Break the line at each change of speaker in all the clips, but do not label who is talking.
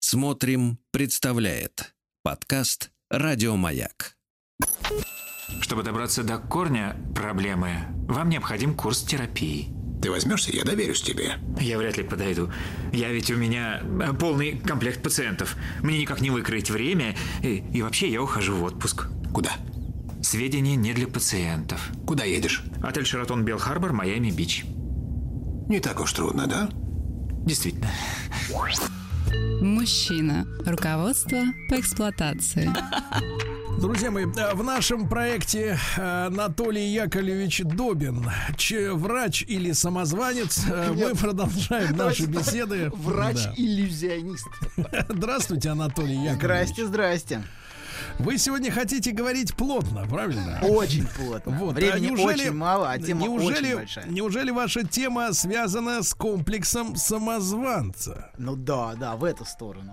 Смотрим, представляет подкаст «Радиомаяк».
Чтобы добраться до корня проблемы, вам необходим курс терапии.
Ты возьмешься, я доверюсь тебе.
Я вряд ли подойду. У меня полный комплект пациентов. Мне никак не выкроить время. И вообще я ухожу в отпуск.
Куда?
Сведения не для пациентов.
Куда едешь?
Отель «Шератон Белл-Харбор», Майами-Бич.
Не так уж трудно, да?
Действительно.
Мужчина. Руководство по эксплуатации.
Друзья мои, в нашем проекте Анатолий Яковлевич Добин, врач или самозванец. Мы продолжаем наши беседы.
Врач-иллюзионист.
Здравствуйте, Анатолий Яковлевич.
Здрасте.
Вы сегодня хотите говорить плотно, правильно?
Очень плотно.
Вот.
Времени очень мало, а тема очень большая.
Неужели ваша тема связана с комплексом самозванца?
Ну да, в эту сторону.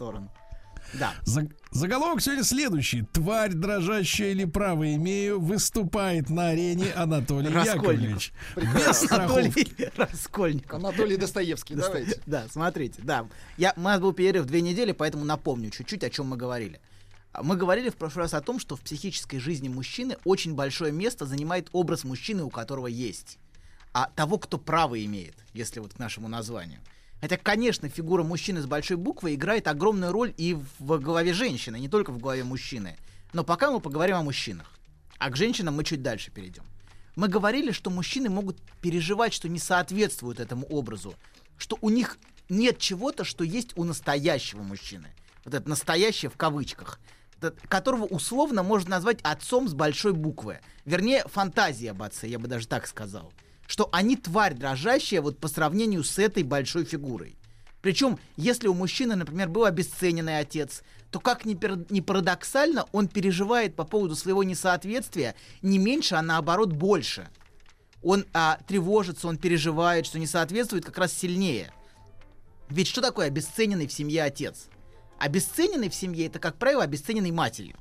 Да.
Заголовок сегодня следующий. Тварь, дрожащая или право имею, выступает на арене Анатолий Яковлевич. Без
Раскольников.
Анатолий Достоевский, давайте.
Да, смотрите, да. У нас был перерыв 2 недели, поэтому напомню чуть-чуть, о чем мы говорили. Мы говорили в прошлый раз о том, что в психической жизни мужчины очень большое место занимает образ мужчины, у которого есть. А того, кто право имеет, если вот к нашему названию. Хотя, конечно, фигура мужчины с большой буквы играет огромную роль и в голове женщины, не только в голове мужчины. Но пока мы поговорим о мужчинах. А к женщинам мы чуть дальше перейдем. Мы говорили, что мужчины могут переживать, что не соответствуют этому образу. Что у них нет чего-то, что есть у настоящего мужчины. Вот это «настоящее» в кавычках. Которого условно можно назвать отцом с большой буквы. Вернее, фантазия об отце, я бы даже так сказал. Что они тварь дрожащая вот по сравнению с этой большой фигурой. Причем, если у мужчины, например, был обесцененный отец, то как ни парадоксально, он переживает по поводу своего несоответствия не меньше, а наоборот больше. Он тревожится, он переживает, что не соответствует как раз сильнее. Ведь что такое обесцененный в семье отец? Обесцененный в семье — это, как правило, обесцененный матерью.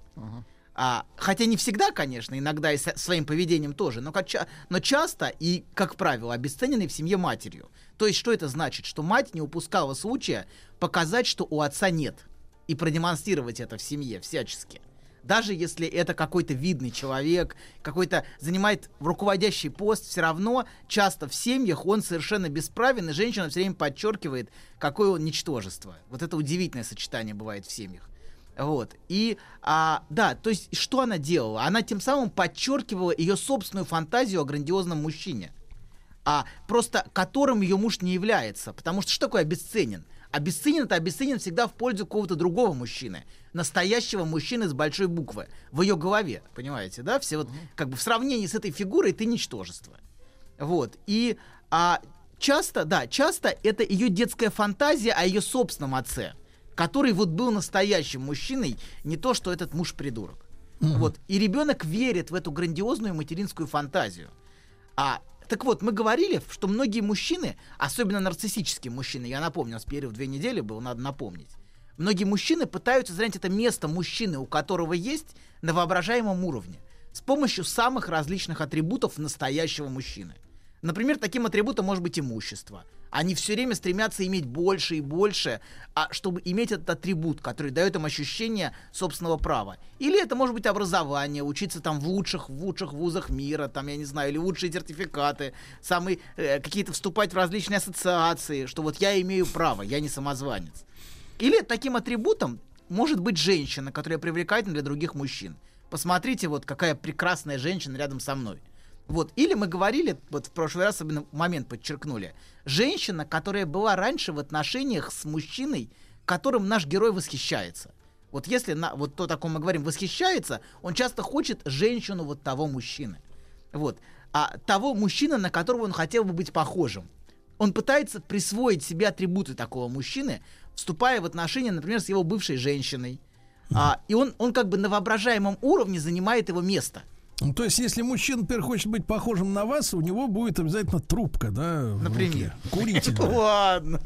Хотя не всегда, конечно, иногда и своим поведением тоже, но часто и, как правило, обесцененный в семье матерью. То есть что это значит? Что мать не упускала случая показать, что у отца нет, и продемонстрировать это в семье всячески. Даже если это какой-то видный человек, какой-то занимает руководящий пост, все равно часто в семьях он совершенно бесправен, и женщина все время подчеркивает, какое он ничтожество. Вот это удивительное сочетание бывает в семьях. Вот. И, то есть, что она делала? Она тем самым подчеркивала ее собственную фантазию о грандиозном мужчине, просто которым ее муж не является. Потому что такое обесценен? Обесценен — это обесценен всегда в пользу какого-то другого мужчины, настоящего мужчины с большой буквы, в ее голове, понимаете, да? Все вот как бы в сравнении с этой фигурой ты ничтожество. Вот. И часто это ее детская фантазия о ее собственном отце, который вот был настоящим мужчиной, не то, что этот муж-придурок. Вот. И ребенок верит в эту грандиозную материнскую фантазию. Так вот, мы говорили, что многие мужчины, особенно нарциссические мужчины, я напомню, у нас перерыв 2 недели был, надо напомнить, многие мужчины пытаются занять это место мужчины, у которого есть, на воображаемом уровне, с помощью самых различных атрибутов настоящего мужчины. Например, таким атрибутом может быть имущество. Они все время стремятся иметь больше и больше, чтобы иметь этот атрибут, который дает им ощущение собственного права. Или это может быть образование, учиться там в лучших вузах мира, там, я не знаю, или лучшие сертификаты, какие-то вступать в различные ассоциации, что вот я имею право, я не самозванец. Или таким атрибутом может быть женщина, которая привлекательна для других мужчин. Посмотрите, вот какая прекрасная женщина рядом со мной. Вот. Или мы говорили, вот в прошлый раз особенно момент подчеркнули, женщина, которая была раньше в отношениях с мужчиной, которым наш герой восхищается. Вот если вот то, о ком мы говорим, восхищается, он часто хочет женщину вот того мужчины. Вот. Того мужчины, на которого он хотел бы быть похожим. Он пытается присвоить себе атрибуты такого мужчины, вступая в отношения, например, с его бывшей женщиной. И он как бы на воображаемом уровне занимает его место.
То есть, если мужчина, например, хочет быть похожим на вас, у него будет обязательно трубка, да?
Например.
Курительная.
Ладно.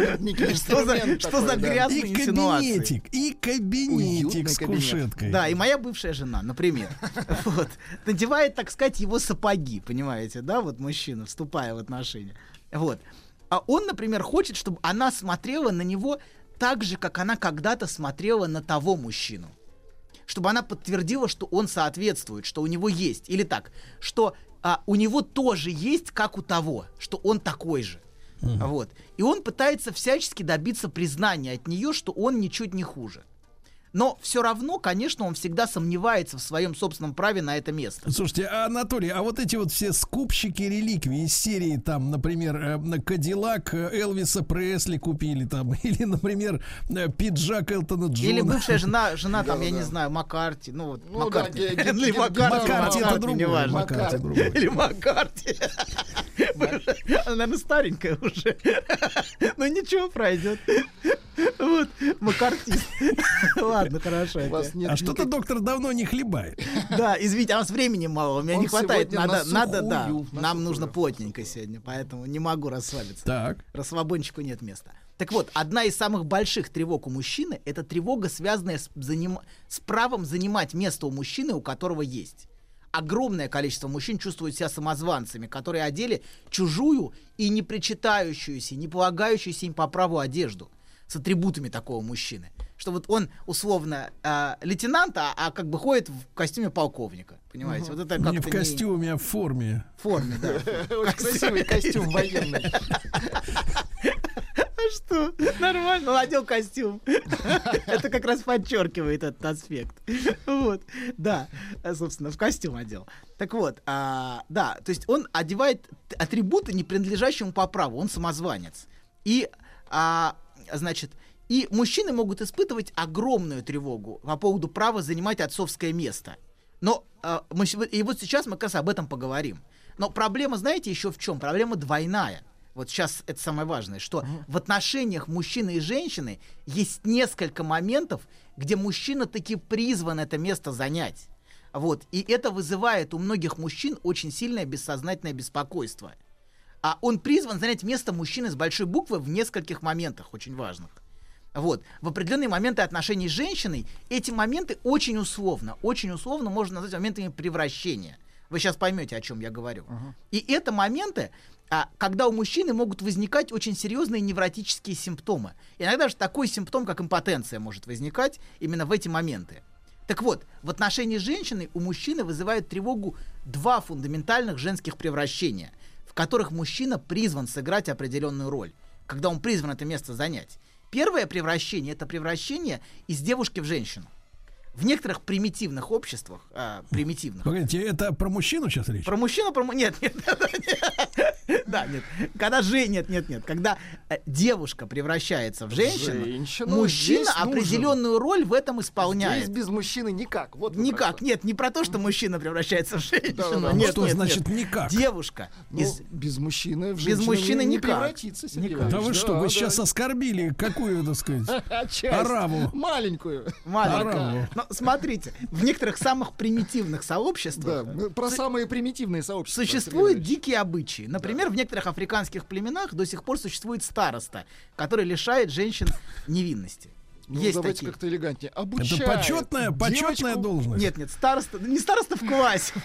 Что за грязные инсинуации?
И кабинетик с кушеткой.
Да, и моя бывшая жена, например. Вот. Надевает, так сказать, его сапоги, понимаете, да, вот мужчина, вступая в отношения. Вот. А он, например, хочет, чтобы она смотрела на него так же, как она когда-то смотрела на того мужчину. Чтобы она подтвердила, что он соответствует, что у него есть. Или так, что у него тоже есть, как у того, что он такой же. Вот. И он пытается всячески добиться признания от нее, что он ничуть не хуже. Но все равно, конечно, он всегда сомневается в своем собственном праве на это место.
Слушайте, Анатолий, а вот эти вот все скупщики реликвий из серии, там, например, Кадиллак Элвиса Пресли купили там, или, например, пиджак Элтона Джона.
Или бывшая жена там, я не знаю, Маккарти. Маккарти. Или
Маккарти это другое.
Маккарти другое. Или Маккарти. Она, наверное, старенькая уже. Но ничего, пройдет. Вот, Маккартист. Ладно, хорошо.
А что-то доктор давно не хлебает.
Да, извините, а у нас времени мало, у меня не хватает. Нам нужно плотненько сегодня, поэтому не могу расслабиться.
Так.
Расслабончику нет места. Так вот, одна из самых больших тревог у мужчины — это тревога, связанная с правом занимать место у мужчины, у которого есть. Огромное количество мужчин чувствуют себя самозванцами, которые одели чужую и не причитающуюся, не полагающуюся им по праву одежду с атрибутами такого мужчины. Что вот он условно лейтенант, а как бы ходит в костюме полковника. Понимаете? Вот это
не в костюме, а в форме.
В форме, да.
Очень красивый костюм военный.
Что? Нормально, он одел костюм. Это как раз подчеркивает этот аспект. Вот, да, собственно, в костюм одел. Так вот, да, то есть он одевает атрибуты, не принадлежащие ему по праву, он самозванец. И, значит, и мужчины могут испытывать огромную тревогу по поводу права занимать отцовское место. Но, и вот сейчас мы как раз об этом поговорим. Но проблема, знаете, еще в чем? Проблема двойная. Вот сейчас это самое важное, что в отношениях мужчины и женщины есть несколько моментов, где мужчина таки призван это место занять. Вот. И это вызывает у многих мужчин очень сильное бессознательное беспокойство. А он призван занять место мужчины с большой буквы в нескольких моментах очень важных. Вот. В определенные моменты отношений с женщиной эти моменты очень условно можно назвать моментами превращения. Вы сейчас поймете, о чем я говорю. И это моменты, когда у мужчины могут возникать очень серьезные невротические симптомы. Иногда же такой симптом, как импотенция, может возникать именно в эти моменты. Так вот, в отношении с женщиной у мужчины вызывают тревогу два фундаментальных женских превращения, в которых мужчина призван сыграть определенную роль, когда он призван это место занять. Первое превращение — это превращение из девушки в женщину. В некоторых примитивных обществах,
Погодите, это про мужчину сейчас речь?
Про мужчину, нет. Да, нет. Когда девушка превращается в женщину, мужчина определенную роль в этом исполняет.
Здесь без мужчины никак. Вот
никак, нет, не про то, что мужчина превращается в женщину. Нет,
что значит никак?
Девушка.
Без мужчины в женщину не превратится.
Да вы что, вы сейчас оскорбили какую, так сказать, ораву?
Маленькую.
Маленькую. Смотрите, в некоторых самых примитивных сообществах
про самые примитивные сообщества
существуют дикие обычаи. Например, в некоторых африканских племенах до сих пор существует староста, который лишает женщин невинности. Есть
давайте
такие.
Как-то элегантнее. Обучают.
Это почетная должность.
Нет, староста, не староста в классе.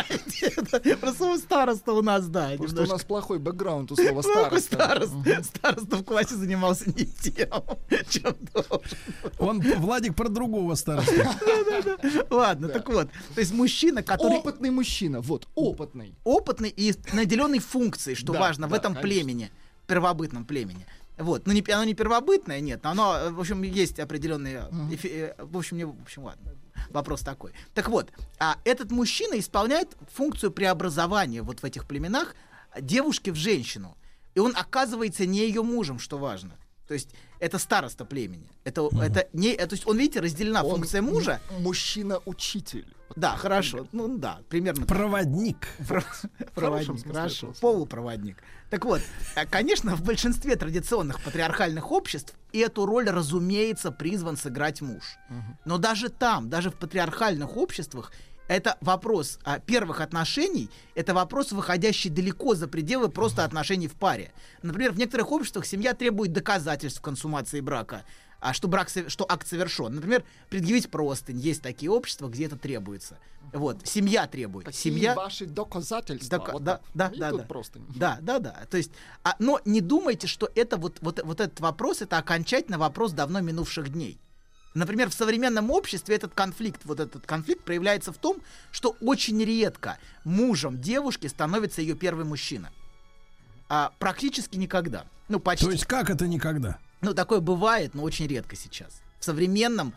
Про слово староста у нас, да.
Потому что у нас плохой бэкграунд у слова староста.
Староста в классе занимался не тем, чем должен.
Владик про другого старосту.
Ладно, так вот. То есть мужчина, который...
Опытный мужчина, вот, опытный.
Опытный и наделенный функцией, что важно, в этом племени, первобытном племени. Вот, оно не первобытное, нет, но оно, в общем, есть определенные, в общем, ладно, вопрос такой. Так вот, этот мужчина исполняет функцию преобразования вот в этих племенах девушки в женщину, и он оказывается не ее мужем, что важно. То есть это староста племени. Это не, то есть он, видите, разделена функция мужа.
Мужчина-учитель.
Да, хорошо. Ну да, примерно.
Проводник.
Проводник, хорошо. Полупроводник. Так вот, конечно, в большинстве традиционных патриархальных обществ эту роль, разумеется, призван сыграть муж. Но даже там, даже в патриархальных обществах, это вопрос первых отношений, это вопрос, выходящий далеко за пределы просто отношений в паре. Например, в некоторых обществах семья требует доказательств консумации брака. что акт совершен. Например, предъявить простынь. Есть такие общества, где это требуется. Вот, семья требует.
Такие
семья...
ваши доказательства.
Да.
Простынь.
Да. То есть, но не думайте, что это вот этот вопрос, это окончательно вопрос давно минувших дней. Например, в современном обществе этот конфликт проявляется в том, что очень редко мужем девушки становится ее первый мужчина. Практически никогда. Почти.
То есть как это никогда?
Такое бывает, но очень редко сейчас. В современном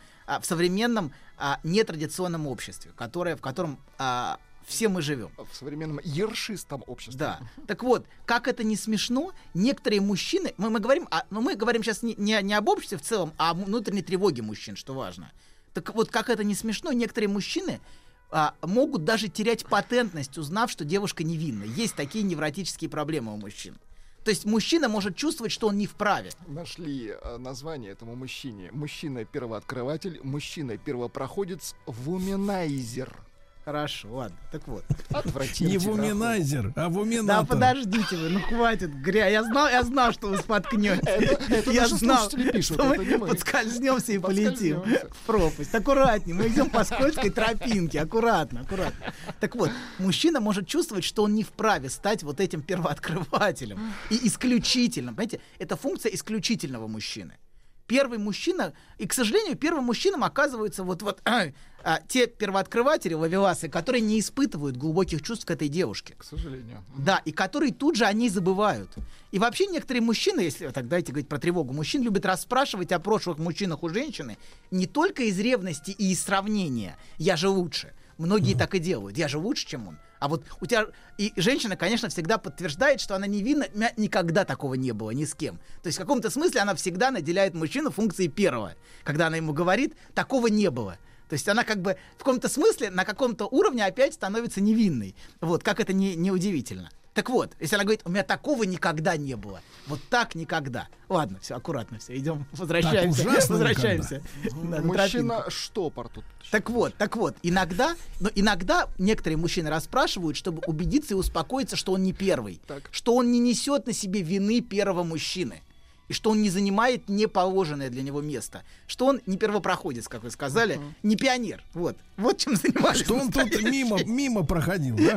нетрадиционном обществе, в котором все мы живем.
В современном ершистом обществе.
Да. Так вот, как это не смешно, некоторые мужчины... Мы говорим сейчас не об обществе в целом, а о внутренней тревоге мужчин, что важно. Так вот, как это не смешно, некоторые мужчины могут даже терять патентность, узнав, что девушка невинна. Есть такие невротические проблемы у мужчин. То есть мужчина может чувствовать, что он не вправе.
Нашли название этому мужчине. Мужчина-первооткрыватель, мужчина-первопроходец, вуманайзер.
Хорошо, ладно, так вот.
Не вуманайзер, а вуманатор.
Да подождите вы, хватит, я знал, что вы споткнетесь.
Это
я
наши
знал,
слушатели пишут,
что
это не
мы
мы.
подскользнемся и полетим в пропасть. Аккуратнее, мы идем по скользкой тропинке, аккуратно. Так вот, мужчина может чувствовать, что он не вправе стать вот этим первооткрывателем. И исключительным, понимаете, это функция исключительного мужчины. Первый мужчина, и, к сожалению, первым мужчинам оказываются те первооткрыватели, ловеласы, которые не испытывают глубоких чувств к этой девушке.
К сожалению.
Да, и которые тут же о ней забывают. И вообще некоторые мужчины, если так давайте говорить про тревогу, мужчин любят расспрашивать о прошлых мужчинах у женщины не только из ревности и из сравнения «я же лучше». Многие так и делают. Я же лучше, чем он. А вот у тебя... И женщина, конечно, всегда подтверждает, что она невинна. У меня никогда такого не было ни с кем. То есть в каком-то смысле она всегда наделяет мужчину функцией первого. Когда она ему говорит, такого не было. То есть она как бы в каком-то смысле на каком-то уровне опять становится невинной. Вот, как это не удивительно. Так вот, если она говорит, у меня такого никогда не было. Вот так никогда. Ладно, все, аккуратно, все, идем, возвращаемся.
Мужчина штопор тут.
Так вот, иногда некоторые мужчины расспрашивают, чтобы убедиться и успокоиться, что он не первый. Что он не несет на себе вины первого мужчины. И что он не занимает неположенное для него место. Что он не первопроходец, как вы сказали, не пионер. Вот чем занимались.
Что он тут мимо проходил, да?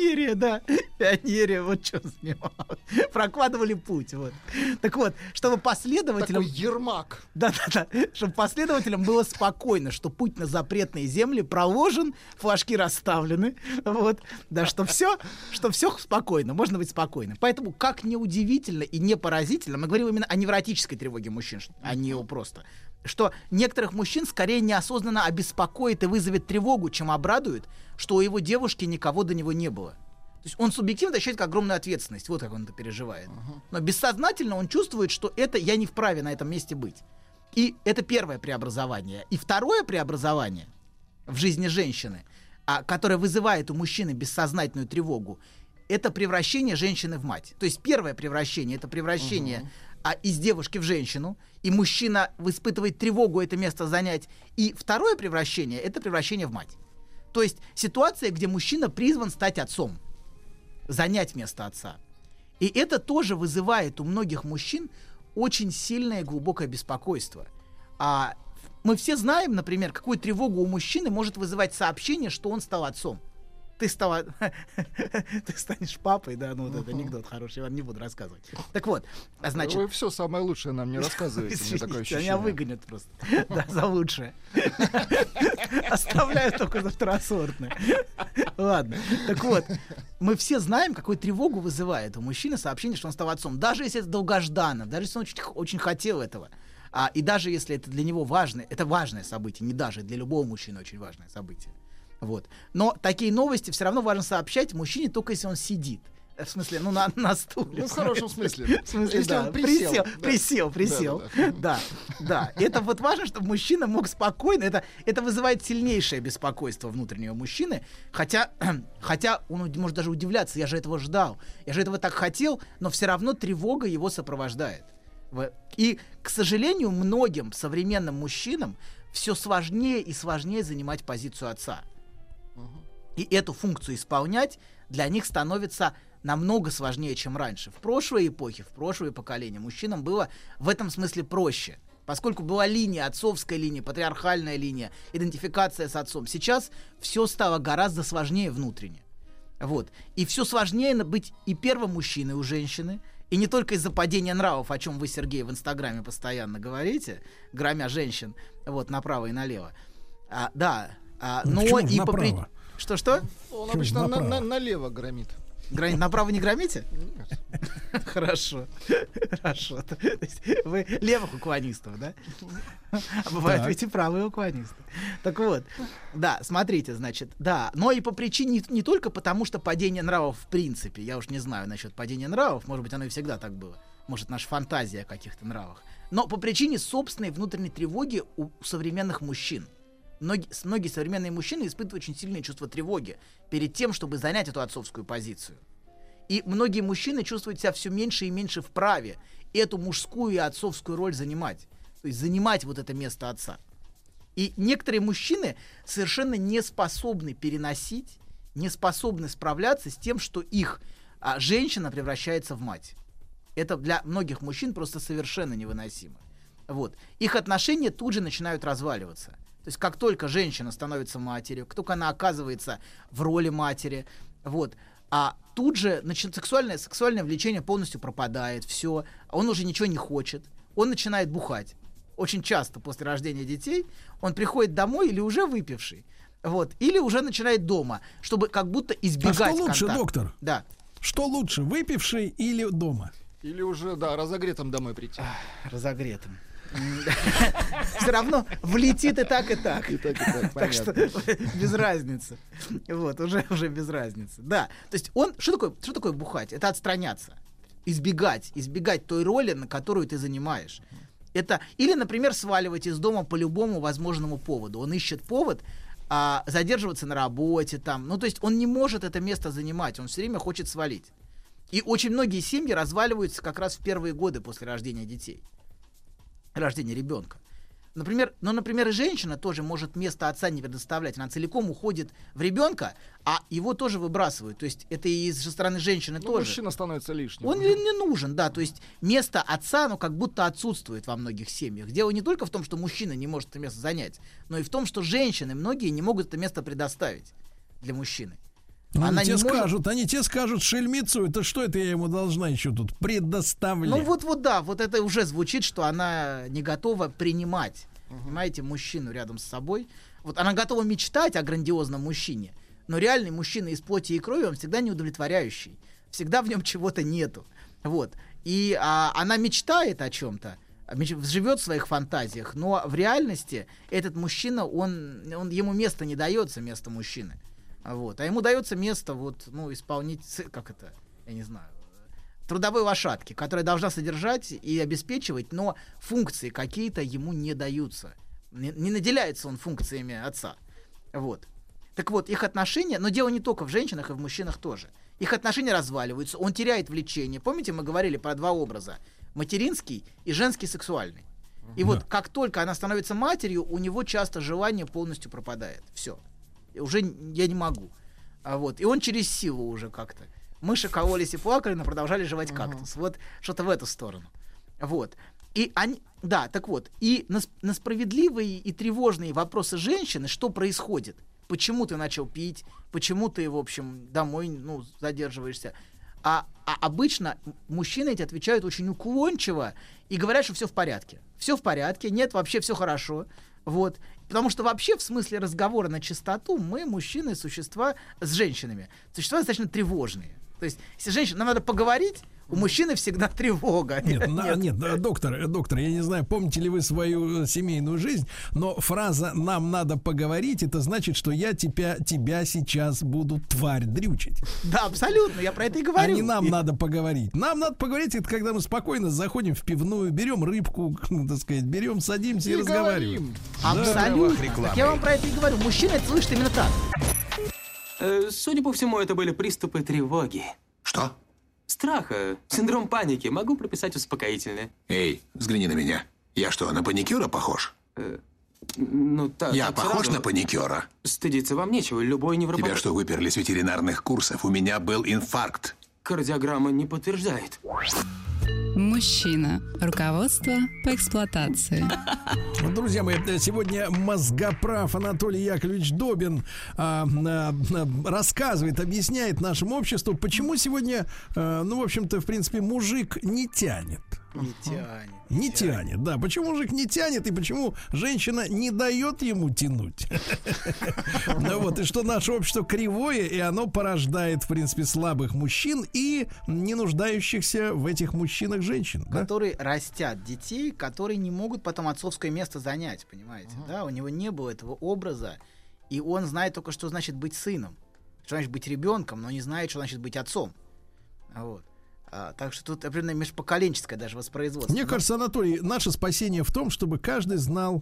Пионерия, вот чем занималась. Прокладывали путь, вот. Так вот, чтобы последователям...
Такой Ермак.
Да. Чтобы последователям было спокойно, что путь на запретные земли проложен, флажки расставлены, вот. Да, что все спокойно, можно быть спокойным. Поэтому, как неудивительно и не поразительно, мы говорим именно о невротической тревоге мужчин, а не просто... Что некоторых мужчин скорее неосознанно обеспокоит и вызовет тревогу, чем обрадует, что у его девушки никого до него не было. То есть он субъективно ощущает огромную ответственность, вот как он это переживает. Но бессознательно он чувствует, что это я не вправе на этом месте быть. И это первое преобразование. И второе преобразование в жизни женщины, которое вызывает у мужчины бессознательную тревогу, это превращение женщины в мать. То есть первое превращение — это превращение из девушки в женщину, и мужчина испытывает тревогу это место занять. И второе превращение — это превращение в мать. То есть ситуация, где мужчина призван стать отцом, занять место отца. И это тоже вызывает у многих мужчин очень сильное глубокое беспокойство. Мы все знаем, например, какую тревогу у мужчины может вызывать сообщение, что он стал отцом. Ты станешь папой, да, вот этот анекдот хороший, я вам не буду рассказывать. Так вот, значит...
Вы все самое лучшее нам не рассказываете, мне такое ощущение.
Меня выгонят просто, да, за лучшее. Оставляю только за второсортное. Ладно, так вот, мы все знаем, какую тревогу вызывает у мужчины сообщение, что он стал отцом. Даже если это долгожданно, даже если он очень хотел этого. И даже если это для него важно, это важное событие, не даже, для любого мужчины очень важное событие. Вот. Но такие новости все равно важно сообщать мужчине, только если он сидит. В смысле, на стуле.
Ну, в хорошем смысле.
В смысле, если
да.
Он присел. Да. Это вот важно, чтобы мужчина мог спокойно. Это вызывает сильнейшее беспокойство внутреннего мужчины. Хотя он может даже удивляться. Я же этого ждал. Я же этого так хотел. Но все равно тревога его сопровождает. И, к сожалению, многим современным мужчинам все сложнее и сложнее занимать позицию отца. И эту функцию исполнять для них становится намного сложнее, чем раньше. В прошлой эпохе, в прошлое поколение мужчинам было в этом смысле проще. Поскольку была линия, отцовская линия, патриархальная линия, идентификация с отцом, сейчас все стало гораздо сложнее внутренне. Вот. И все сложнее быть и первым мужчиной у женщины, и не только из-за падения нравов, о чем вы, Сергей, в Инстаграме постоянно говорите, громя женщин вот, направо и налево. Но и по Что-что?
Он обычно налево громит.
Направо не громите? Нет. Хорошо. То есть вы левых уклонистов, да? А бывают ведь и правые уклонисты. Так вот, да, смотрите, значит, да, но и по причине не только потому, что падение нравов в принципе, я уж не знаю насчет падения нравов, может быть, оно и всегда так было, может, наша фантазия о каких-то нравах, но по причине собственной внутренней тревоги у современных мужчин. Многие современные мужчины испытывают очень сильное чувство тревоги перед тем, чтобы занять эту отцовскую позицию. И многие мужчины чувствуют себя все меньше и меньше вправе эту мужскую и отцовскую роль занимать. То есть занимать вот это место отца. И некоторые мужчины совершенно не способны переносить, не способны справляться с тем, что их женщина превращается в мать. Это для многих мужчин просто совершенно невыносимо. Вот. Их отношения тут же начинают разваливаться. То есть как только женщина становится матерью, как только она оказывается в роли матери, вот, а тут же сексуальное влечение полностью пропадает, все, он уже ничего не хочет, он начинает бухать. Очень часто после рождения детей он приходит домой или уже выпивший, вот, или уже начинает дома, чтобы как будто избегать контакта.
А что лучше, доктор?
Да.
Что лучше, выпивший или дома?
Или уже, да, разогретым домой прийти.
Разогретым. Все равно влетит и так, и так. Так что без разницы. Вот, уже без разницы. Да. То есть что такое бухать? Это отстраняться. Избегать той роли, на которую ты занимаешь. Это, или, например, сваливать из дома по любому возможному поводу. Он ищет повод, задерживаться на работе там. Ну, то есть он не может это место занимать, он все время хочет свалить. И очень многие семьи разваливаются как раз в первые годы после рождения детей. Рождения ребенка. Например, и женщина тоже может место отца не предоставлять. Она целиком уходит в ребенка, а его тоже выбрасывают. То есть это и со стороны женщины тоже.
Мужчина становится лишним.
Он не нужен, да. То есть место отца, как будто отсутствует во многих семьях. Дело не только в том, что мужчина не может это место занять, но и в том, что женщины многие не могут это место предоставить для мужчины.
Они тебе скажут, шельмицу, это что это я ему должна еще тут предоставлять?
Ну вот это уже звучит, что она не готова принимать, понимаете, мужчину рядом с собой. Вот она готова мечтать о грандиозном мужчине, но реальный мужчина из плоти и крови, он всегда неудовлетворяющий, всегда в нем чего-то нету. Вот. И она мечтает о чем-то, живет в своих фантазиях, но в реальности этот мужчина, ему место не дается, место мужчины. Вот. А ему дается место исполнить, трудовой лошадки, которая должна содержать и обеспечивать, но функции какие-то ему не даются. Не наделяется он функциями отца. Вот. Так вот, их отношения, но дело не только в женщинах, и в мужчинах тоже. Их отношения разваливаются, он теряет влечение. Помните, мы говорили про два образа: материнский и женский сексуальный. И вот как только она становится матерью, у него часто желание полностью пропадает. Все. Уже я не могу. И он через силу уже как-то. Мыши кололись и плакали, но продолжали жевать кактус. Вот что-то в эту сторону. Вот. И они, да, так вот. И на справедливые и тревожные вопросы женщины, что происходит? Почему ты начал пить? Почему ты, в общем, домой задерживаешься? А обычно мужчины эти отвечают очень уклончиво и говорят, что все в порядке. Все в порядке, нет, вообще все хорошо. Вот. Потому что вообще в смысле разговора на чистоту мы, мужчины, существа с женщинами. Существа достаточно тревожные. То есть, если нам надо поговорить, у мужчины всегда тревога.
Нет, доктор, я не знаю, помните ли вы свою семейную жизнь, но фраза «нам надо поговорить» это значит, что я тебя сейчас буду, тварь, дрючить.
Да, абсолютно, я про это и говорю.
А не «нам надо поговорить». Нам надо поговорить, это когда мы спокойно заходим в пивную, берем рыбку, так сказать, берем, садимся и разговариваем.
Абсолютно. Так я вам про это и говорю. Мужчина это слышит именно так.
Судя по всему, это были приступы тревоги.
Что?
Страха, синдром паники. Могу прописать успокоительное.
Эй, взгляни на меня. Я что, на паникюра похож? Я похож на паникюра?
Стыдиться вам нечего, любой невропатолог.
Тебя что, выперли с ветеринарных курсов? У меня был инфаркт.
кардиограмма не подтверждает.
Мужчина. Руководство по эксплуатации.
Друзья мои, сегодня мозгоправ Анатолий Яковлевич Добин рассказывает, объясняет нашему обществу, почему сегодня, в общем-то, в принципе, мужик не тянет. Не тянет, да. Почему мужик не тянет и почему женщина не дает ему тянуть? И что наше общество кривое, и оно порождает, в принципе, слабых мужчин и не нуждающихся в этих мужчинах женщин.
Которые растят детей, которые не могут потом отцовское место занять, понимаете? Да, у него не было этого образа, и он знает только, что значит быть сыном, что значит быть ребенком, но не знает, что значит быть отцом. Так что тут определенно межпоколенческое даже воспроизводство.
Мне кажется, Анатолий, наше спасение в том, чтобы каждая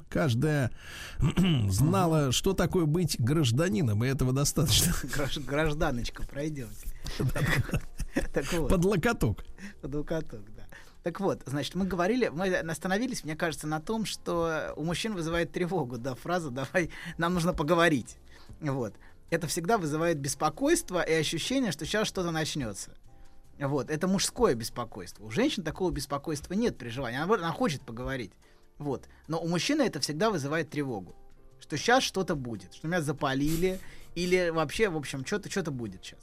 знала, что такое быть гражданином, и этого достаточно.
Гражданочка, пройдемте.
Под локоток.
Под локоток, да. Так вот, значит, мы остановились, мне кажется, на том, что у мужчин вызывает тревогу, да, фраза «давай, нам нужно поговорить». Это всегда вызывает беспокойство и ощущение, что сейчас что-то начнется. Это мужское беспокойство. У женщин такого беспокойства нет при желании. Она хочет поговорить. Но у мужчины это всегда вызывает тревогу. Что сейчас что-то будет. Что меня запалили. Или вообще, в общем, что-то будет сейчас.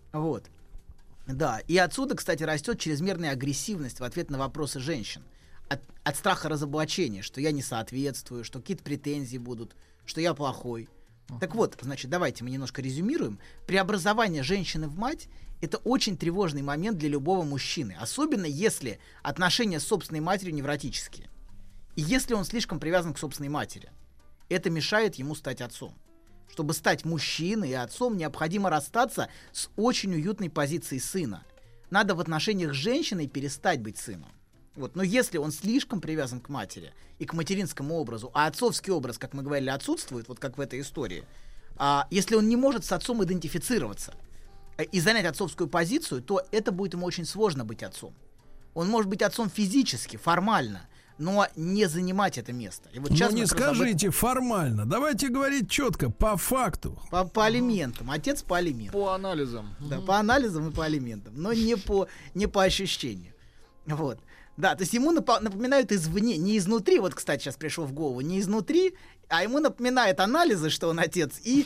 Да. И отсюда, кстати, растет чрезмерная агрессивность в ответ на вопросы женщин. От страха разоблачения. Что я не соответствую. Что какие-то претензии будут. Что я плохой. Так вот, значит, давайте мы немножко резюмируем. Преобразование женщины в мать — это очень тревожный момент для любого мужчины, особенно если отношения с собственной матерью невротические. И если он слишком привязан к собственной матери. Это мешает ему стать отцом. Чтобы стать мужчиной и отцом, необходимо расстаться с очень уютной позицией сына. Надо в отношениях с женщиной перестать быть сыном. Но если он слишком привязан к матери и к материнскому образу, а отцовский образ, как мы говорили, отсутствует, как в этой истории, если он не может с отцом идентифицироваться и занять отцовскую позицию, то это будет ему очень сложно быть отцом. Он может быть отцом физически, формально, но не занимать это место. И
не скажите формально, давайте говорить четко, по факту.
По алиментам, отец по алиментам.
По анализам.
Да, по анализам и по алиментам, но не по ощущению. Да, то есть ему напоминают извне, не изнутри. Кстати, сейчас пришло в голову, не изнутри, а ему напоминают анализы, что он отец, и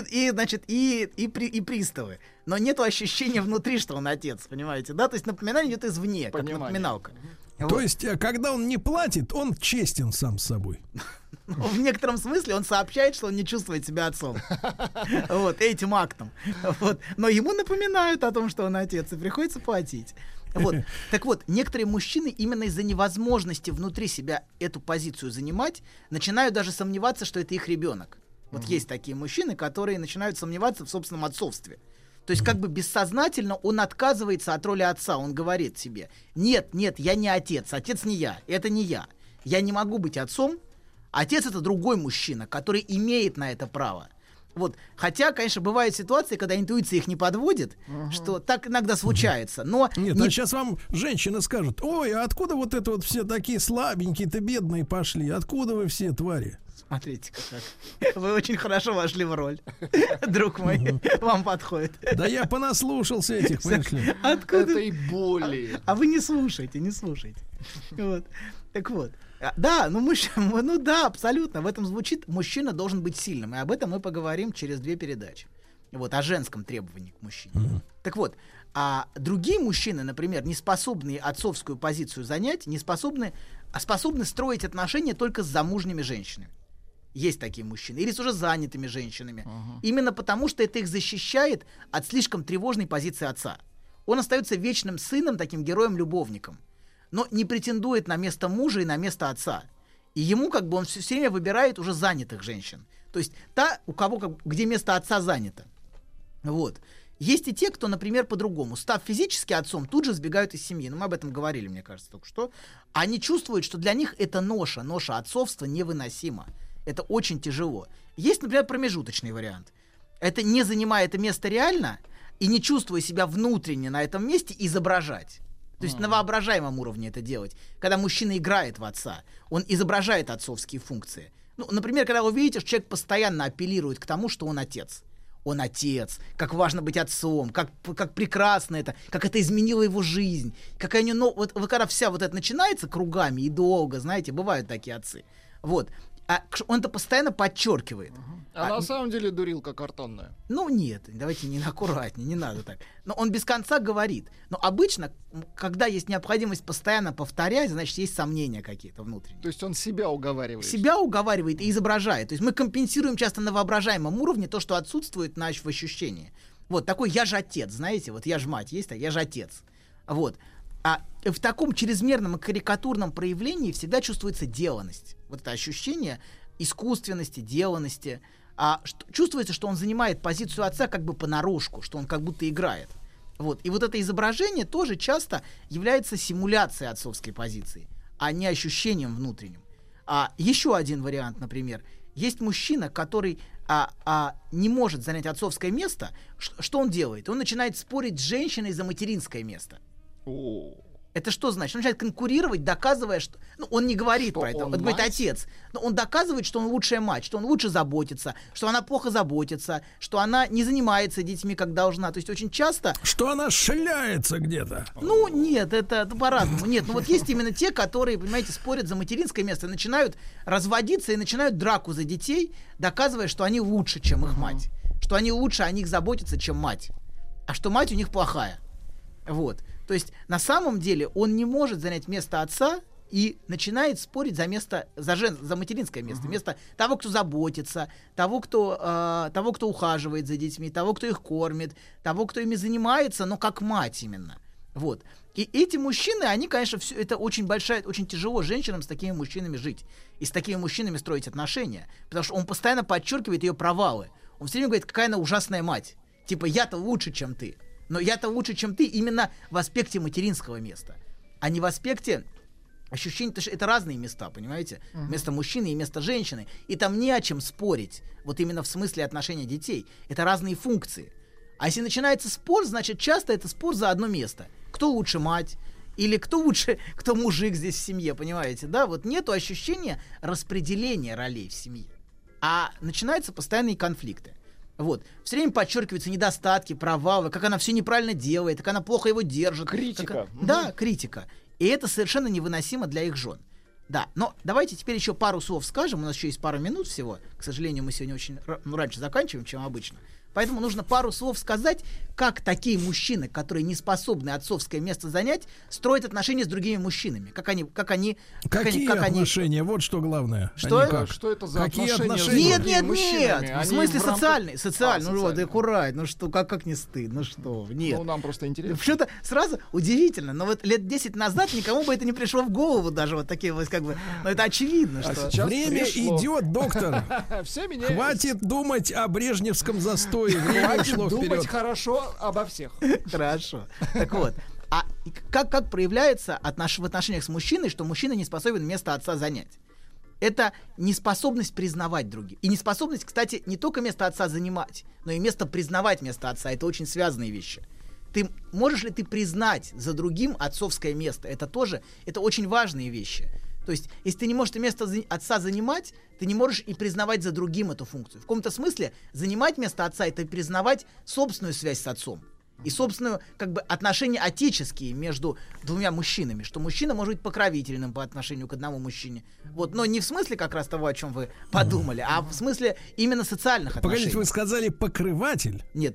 приставы. Но нету ощущения внутри, что он отец, понимаете, да? То есть напоминание идет извне, как напоминалка.
То есть, когда он не платит, он честен сам с собой.
В некотором смысле он сообщает, что он не чувствует себя отцом. Этим актом. Но ему напоминают о том, что он отец, и приходится платить. Так вот, некоторые мужчины именно из-за невозможности внутри себя эту позицию занимать, начинают даже сомневаться, что это их ребенок. Есть такие мужчины, которые начинают сомневаться в собственном отцовстве. То есть бессознательно он отказывается от роли отца. Он говорит себе: нет, я не отец, отец не я, это не я. Я не могу быть отцом. Отец — это другой мужчина, который имеет на это право. Хотя, конечно, бывают ситуации, когда интуиция их не подводит, что так иногда случается. Но
сейчас вам женщины скажут: ой, а откуда это все такие слабенькие-то, бедные пошли? Откуда вы все, твари?
Смотрите, как вы очень хорошо вошли в роль, друг мой, вам подходит.
Да я понаслушался этих, понимаешь.
Откуда? Этой боли.
А вы не слушайте. Так вот. Да, да, абсолютно. В этом звучит: мужчина должен быть сильным. И об этом мы поговорим через 2 передачи. О женском требовании к мужчине. Так вот, а другие мужчины, например, не способные отцовскую позицию занять, способны строить отношения только с замужними женщинами. Есть такие мужчины. Или с уже занятыми женщинами. Именно потому, что это их защищает от слишком тревожной позиции отца. Он остается вечным сыном, таким героем-любовником, но не претендует на место мужа и на место отца. И ему он все время выбирает уже занятых женщин. То есть у кого где место отца занято. Есть и те, кто, например, по-другому. Став физически отцом, тут же сбегают из семьи. Мы об этом говорили, мне кажется, только что. Они чувствуют, что для них это ноша отцовства невыносима. Это очень тяжело. Есть, например, промежуточный вариант. Это не занимая это место реально и не чувствуя себя внутренне на этом месте, изображать. То есть на воображаемом уровне это делать. Когда мужчина играет в отца, он изображает отцовские функции. Например, когда вы видите, что человек постоянно апеллирует к тому, что он отец. он отец, как важно быть отцом, как прекрасно это, как это изменило его жизнь, какая у него... Вот когда вся вот это начинается кругами и долго, знаете, бывают такие отцы. Вот. А он это постоянно подчеркивает.
А на самом деле дурилка картонная.
Ну нет, давайте аккуратнее, не надо так. Но он без конца говорит. Но обычно, когда есть необходимость постоянно повторять, значит, есть сомнения какие-то внутренние.
То есть он себя уговаривает.
Себя уговаривает и изображает. То есть мы компенсируем часто на воображаемом уровне то, что отсутствует в ощущении. Вот такой «я же отец», знаете, вот «я же мать», есть, а «я же отец». Вот. А в таком чрезмерном и карикатурном проявлении всегда чувствуется деланность. Вот это ощущение искусственности, деланности. Чувствуется, что он занимает позицию отца как бы понарошку, что он как будто играет. Вот. И вот это изображение тоже часто является симуляцией отцовской позиции, а не ощущением внутренним. Еще один вариант, например. Есть мужчина, который не может занять отцовское место. Что он делает? Он начинает спорить с женщиной за материнское место. Это что значит? Он начинает конкурировать, доказывая, что... Ну, он не говорит про это. Он говорит отец. Но он доказывает, что он лучшая мать, что он лучше заботится, что она плохо заботится, что она не занимается детьми, как должна. То есть очень часто...
Что она шляется где-то.
Ну, нет, это по-разному. Нет, ну вот есть именно те, которые, понимаете, спорят за материнское место, начинают разводиться и начинают драку за детей, доказывая, что они лучше, чем их мать. Что они лучше о них заботятся, чем мать. А что мать у них плохая. Вот. То есть на самом деле он не может занять место отца и начинает спорить за материнское место, место того, кто заботится, того, кто ухаживает за детьми, того, кто их кормит, того, кто ими занимается, но как мать именно. Вот. И эти мужчины, они, конечно, это очень тяжело женщинам с такими мужчинами жить и с такими мужчинами строить отношения, потому что он постоянно подчеркивает ее провалы. Он все время говорит, какая она ужасная мать. Типа, я-то лучше, чем ты. Но я-то лучше, чем ты, именно в аспекте материнского места, а не в аспекте ощущения, потому что это разные места, понимаете? Место мужчины и место женщины. И там не о чем спорить, вот именно в смысле отношения детей. Это разные функции. А если начинается спор, значит, часто это спор за одно место. Кто лучше мать? Или кто мужик здесь в семье, понимаете? Да, вот нету ощущения распределения ролей в семье. А начинаются постоянные конфликты. Вот. Все время подчеркиваются недостатки, провалы, как она все неправильно делает, как она плохо его держит.
Критика.
Да, критика. И это совершенно невыносимо для их жен. Да, но давайте теперь еще пару слов скажем. У нас еще есть пару минут всего. К сожалению, мы сегодня очень раньше заканчиваем, чем обычно. Поэтому нужно пару слов сказать, как такие мужчины, которые не способны отцовское место занять, строят отношения с другими мужчинами. Какие отношения?
Вот что главное.
Что это?
Что это за
Какие
отношения?
Нет.
В
смысле социальный. Ну вот, аккурат. Ну что, как не стыд? Ну что, нет.
Ну нам просто интересно.
Что-то сразу удивительно. Но вот лет 10 назад никому бы это не пришло в голову даже вот такие вот как бы. Но это очевидно, что...
Время идет, доктор.
Все меняется.
Хватит думать о брежневском застое. Время ушло
думать
вперед.
хорошо обо всех.
Хорошо. Так вот. А как проявляется в отношениях с мужчиной, что мужчина не способен место отца занять? Это неспособность признавать других. И неспособность, кстати, не только место отца занимать, но и место признавать место отца. Это очень связанные вещи. Можешь ли ты признать за другим отцовское место? Это очень важные вещи. То есть, если ты не можешь место отца занимать, ты не можешь и признавать за другим эту функцию. В каком-то смысле занимать место отца — это признавать собственную связь с отцом. И собственную, отношения отеческие между двумя мужчинами. Что мужчина может быть покровительным по отношению к одному мужчине. Вот, но не в смысле как раз того, о чем вы подумали, а в смысле именно социальных отношений.
Погодите, вы сказали покрыватель?
Нет,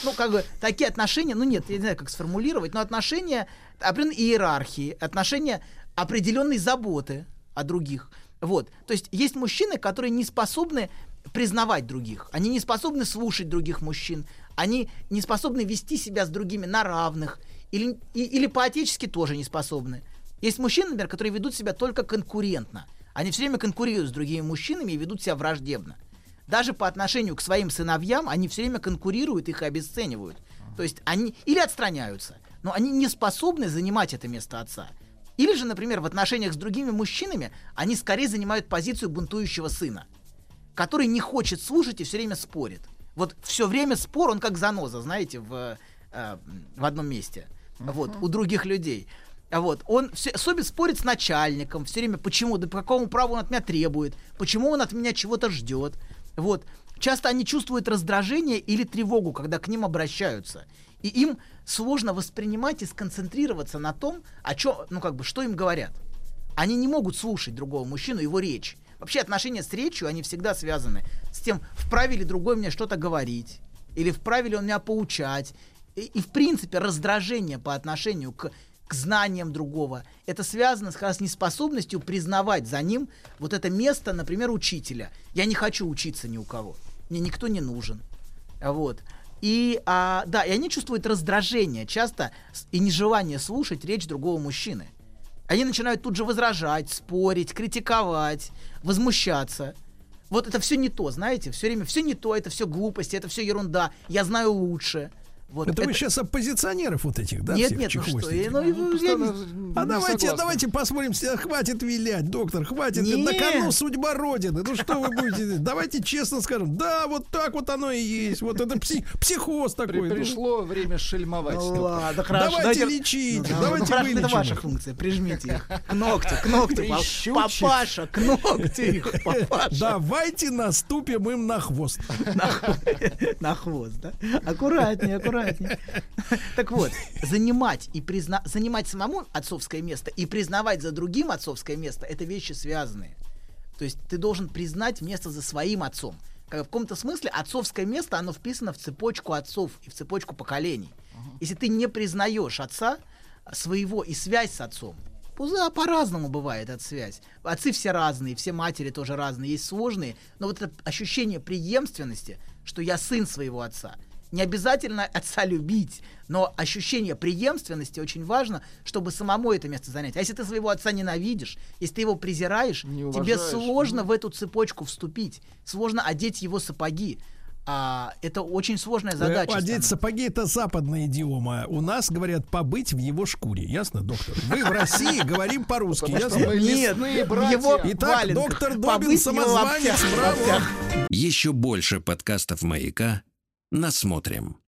такие отношения, я не знаю, как сформулировать, но отношения определенной иерархии, отношения определенной заботы о других. Вот. То есть есть мужчины, которые не способны признавать других, они не способны слушать других мужчин, они не способны вести себя с другими на равных, или по-отечески тоже не способны. Есть мужчины, например, которые ведут себя только конкурентно. Они все время конкурируют с другими мужчинами и ведут себя враждебно. Даже по отношению к своим сыновьям они все время конкурируют, их обесценивают. То есть они или отстраняются, но они не способны занимать это место отца. Или же, например, в отношениях с другими мужчинами они скорее занимают позицию бунтующего сына, который не хочет слушать и все время спорит. Вот все время спор, он как заноза, знаете, в одном месте, вот, у других людей. Вот, он особенно спорит с начальником, все время, почему, да по какому праву он от меня требует, почему он от меня чего-то ждет. Вот. Часто они чувствуют раздражение или тревогу, когда к ним обращаются. И им сложно воспринимать и сконцентрироваться на том, что им говорят. Они не могут слушать другого мужчину, его речь. Вообще отношения с речью, они всегда связаны с тем, вправе ли другой мне что-то говорить, или вправе ли он меня поучать. И в принципе, раздражение по отношению к знаниям другого, это связано как раз с неспособностью признавать за ним вот это место, например, учителя. Я не хочу учиться ни у кого. Мне никто не нужен. Вот. И они чувствуют раздражение часто и нежелание слушать речь другого мужчины. Они начинают тут же возражать, спорить, критиковать, возмущаться. Вот это все не то, знаете, все время все не то, это все глупости, это все ерунда, я знаю лучше. Вот
это вы сейчас оппозиционеров вот этих, да?
Нет,
всех
нет, ну
что? Давайте посмотрим, хватит вилять, доктор, хватит, на кону судьба Родины. Ну что вы будете? Давайте честно скажем, да, вот так вот оно и есть. Вот это психоз такой.
Пришло время шельмовать.
Ладно, хорошо.
Давайте лечить, давайте вылечим.
Это ваша функция, прижмите их к ногтю, папаша, к ногтю их, папаша.
Давайте наступим им на хвост.
На хвост, да? Аккуратнее. Так вот, занимать самому отцовское место и признавать за другим отцовское место — это вещи связанные. То есть ты должен признать место за своим отцом. В каком-то смысле отцовское место, оно вписано в цепочку отцов и в цепочку поколений. Если ты не признаешь отца своего и связь с отцом, по-разному бывает эта связь. Отцы все разные, все матери тоже разные, есть сложные, но вот это ощущение преемственности, что я сын своего отца. Не обязательно отца любить, но ощущение преемственности очень важно, чтобы самому это место занять. А если ты своего отца ненавидишь, если ты его презираешь, тебе сложно в эту цепочку вступить, сложно одеть его сапоги. Это очень сложная задача.
Одеть сапоги — это западная идиома. У нас говорят побыть в его шкуре. Ясно, доктор? Вы в России говорим по-русски.
Нет,
итак, доктор Добин, самозванец, браво.
Еще больше подкастов «Маяка» насмотрим.